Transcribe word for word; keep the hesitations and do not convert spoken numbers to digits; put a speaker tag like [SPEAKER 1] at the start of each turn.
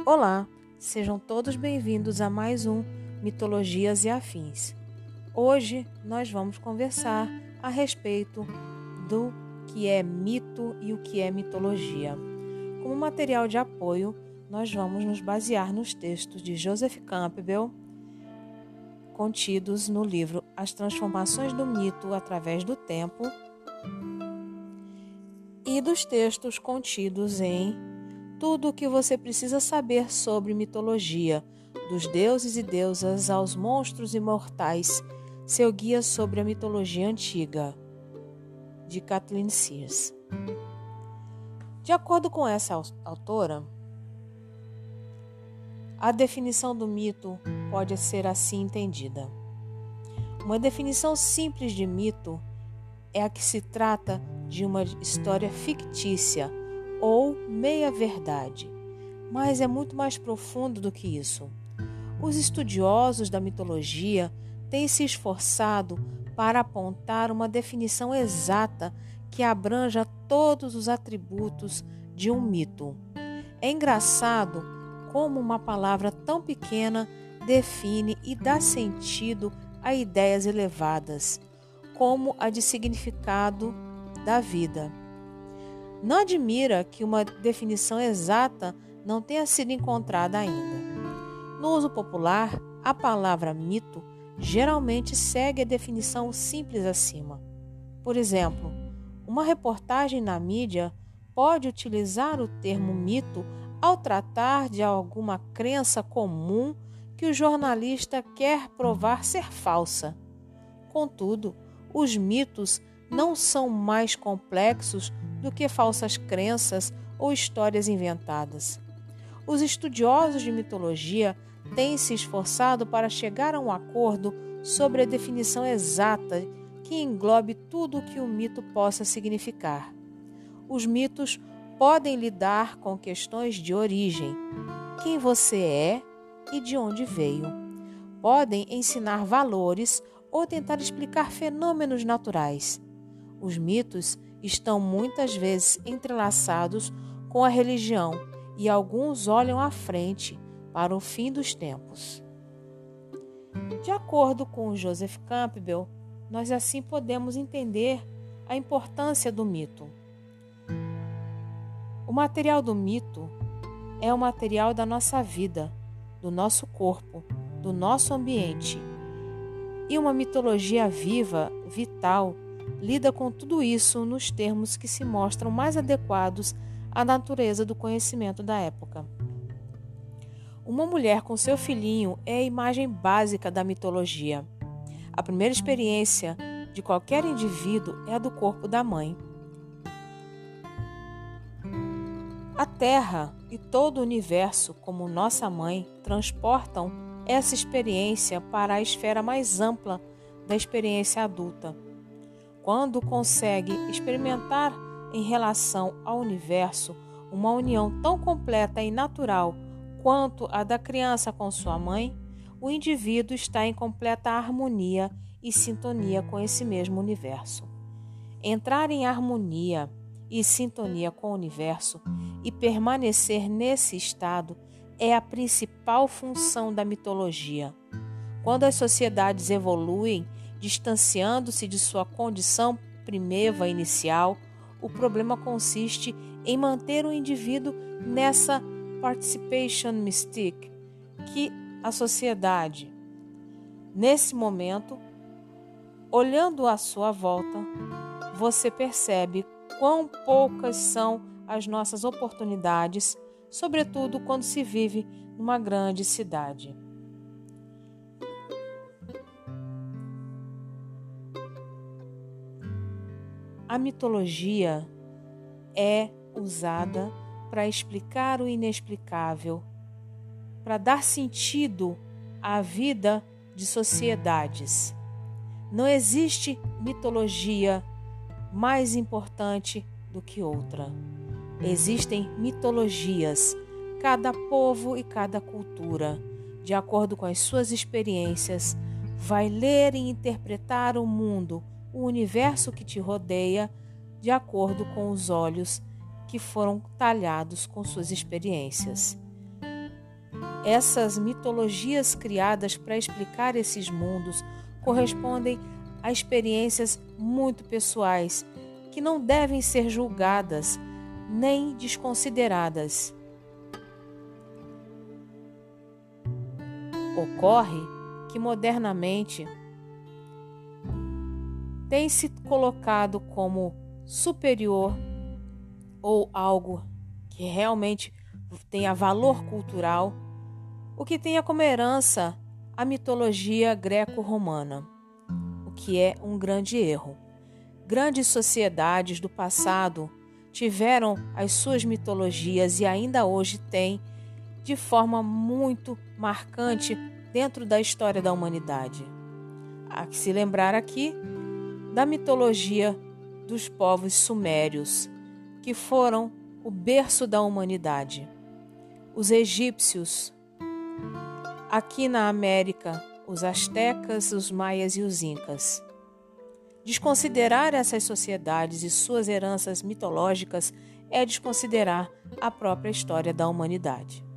[SPEAKER 1] Olá, sejam todos bem-vindos a mais um Mitologias e Afins. Hoje nós vamos conversar a respeito do que é mito e o que é mitologia. Como material de apoio, nós vamos nos basear nos textos de Joseph Campbell, contidos no livro As Transformações do Mito através do Tempo, e dos textos contidos em Tudo o que você precisa saber sobre mitologia, dos deuses e deusas aos monstros imortais, seu guia sobre a mitologia antiga, de Kathleen Sears. De acordo com essa autora, a definição do mito pode ser assim entendida. Uma definição simples de mito é a que se trata de uma história fictícia ou meia-verdade, mas é muito mais profundo do que isso. Os estudiosos da mitologia têm se esforçado para apontar uma definição exata que abranja todos os atributos de um mito. É engraçado como uma palavra tão pequena define e dá sentido a ideias elevadas, como a de significado da vida. Não admira que uma definição exata não tenha sido encontrada ainda. No uso popular, a palavra mito geralmente segue a definição simples acima. Por exemplo, uma reportagem na mídia pode utilizar o termo mito ao tratar de alguma crença comum que o jornalista quer provar ser falsa. Contudo, os mitos não são mais complexos do que falsas crenças ou histórias inventadas. Os estudiosos de mitologia têm se esforçado para chegar a um acordo sobre a definição exata que englobe tudo o que o mito possa significar. Os mitos podem lidar com questões de origem, quem você é e de onde veio. Podem ensinar valores ou tentar explicar fenômenos naturais. Os mitos estão muitas vezes entrelaçados com a religião e alguns olham à frente para o fim dos tempos. De acordo com Joseph Campbell, nós assim podemos entender a importância do mito. O material do mito é o material da nossa vida, do nosso corpo, do nosso ambiente. E uma mitologia viva, vital, lida com tudo isso nos termos que se mostram mais adequados à natureza do conhecimento da época. Uma mulher com seu filhinho é a imagem básica da mitologia. A primeira experiência de qualquer indivíduo é a do corpo da mãe. A Terra e todo o universo, como nossa mãe, transportam essa experiência para a esfera mais ampla da experiência adulta. Quando consegue experimentar em relação ao universo uma união tão completa e natural quanto a da criança com sua mãe, o indivíduo está em completa harmonia e sintonia com esse mesmo universo. Entrar em harmonia e sintonia com o universo e permanecer nesse estado é a principal função da mitologia. Quando as sociedades evoluem, distanciando-se de sua condição primeva inicial, o problema consiste em manter o indivíduo nessa participation mystique que a sociedade, nesse momento, olhando à sua volta, você percebe quão poucas são as nossas oportunidades, sobretudo quando se vive numa grande cidade. A mitologia é usada para explicar o inexplicável, para dar sentido à vida de sociedades. Não existe mitologia mais importante do que outra. Existem mitologias, cada povo e cada cultura, de acordo com as suas experiências, vai ler e interpretar o mundo, o universo que te rodeia, de acordo com os olhos que foram talhados com suas experiências. Essas mitologias criadas para explicar esses mundos correspondem a experiências muito pessoais que não devem ser julgadas nem desconsideradas. Ocorre que modernamente tem se colocado como superior ou algo que realmente tenha valor cultural, o que tenha como herança a mitologia greco-romana, o que é um grande erro. Grandes sociedades do passado tiveram as suas mitologias e ainda hoje têm de forma muito marcante dentro da história da humanidade. Há que se lembrar aqui da mitologia dos povos sumérios, que foram o berço da humanidade. Os egípcios, aqui na América, os astecas, os maias e os incas. Desconsiderar essas sociedades e suas heranças mitológicas é desconsiderar a própria história da humanidade.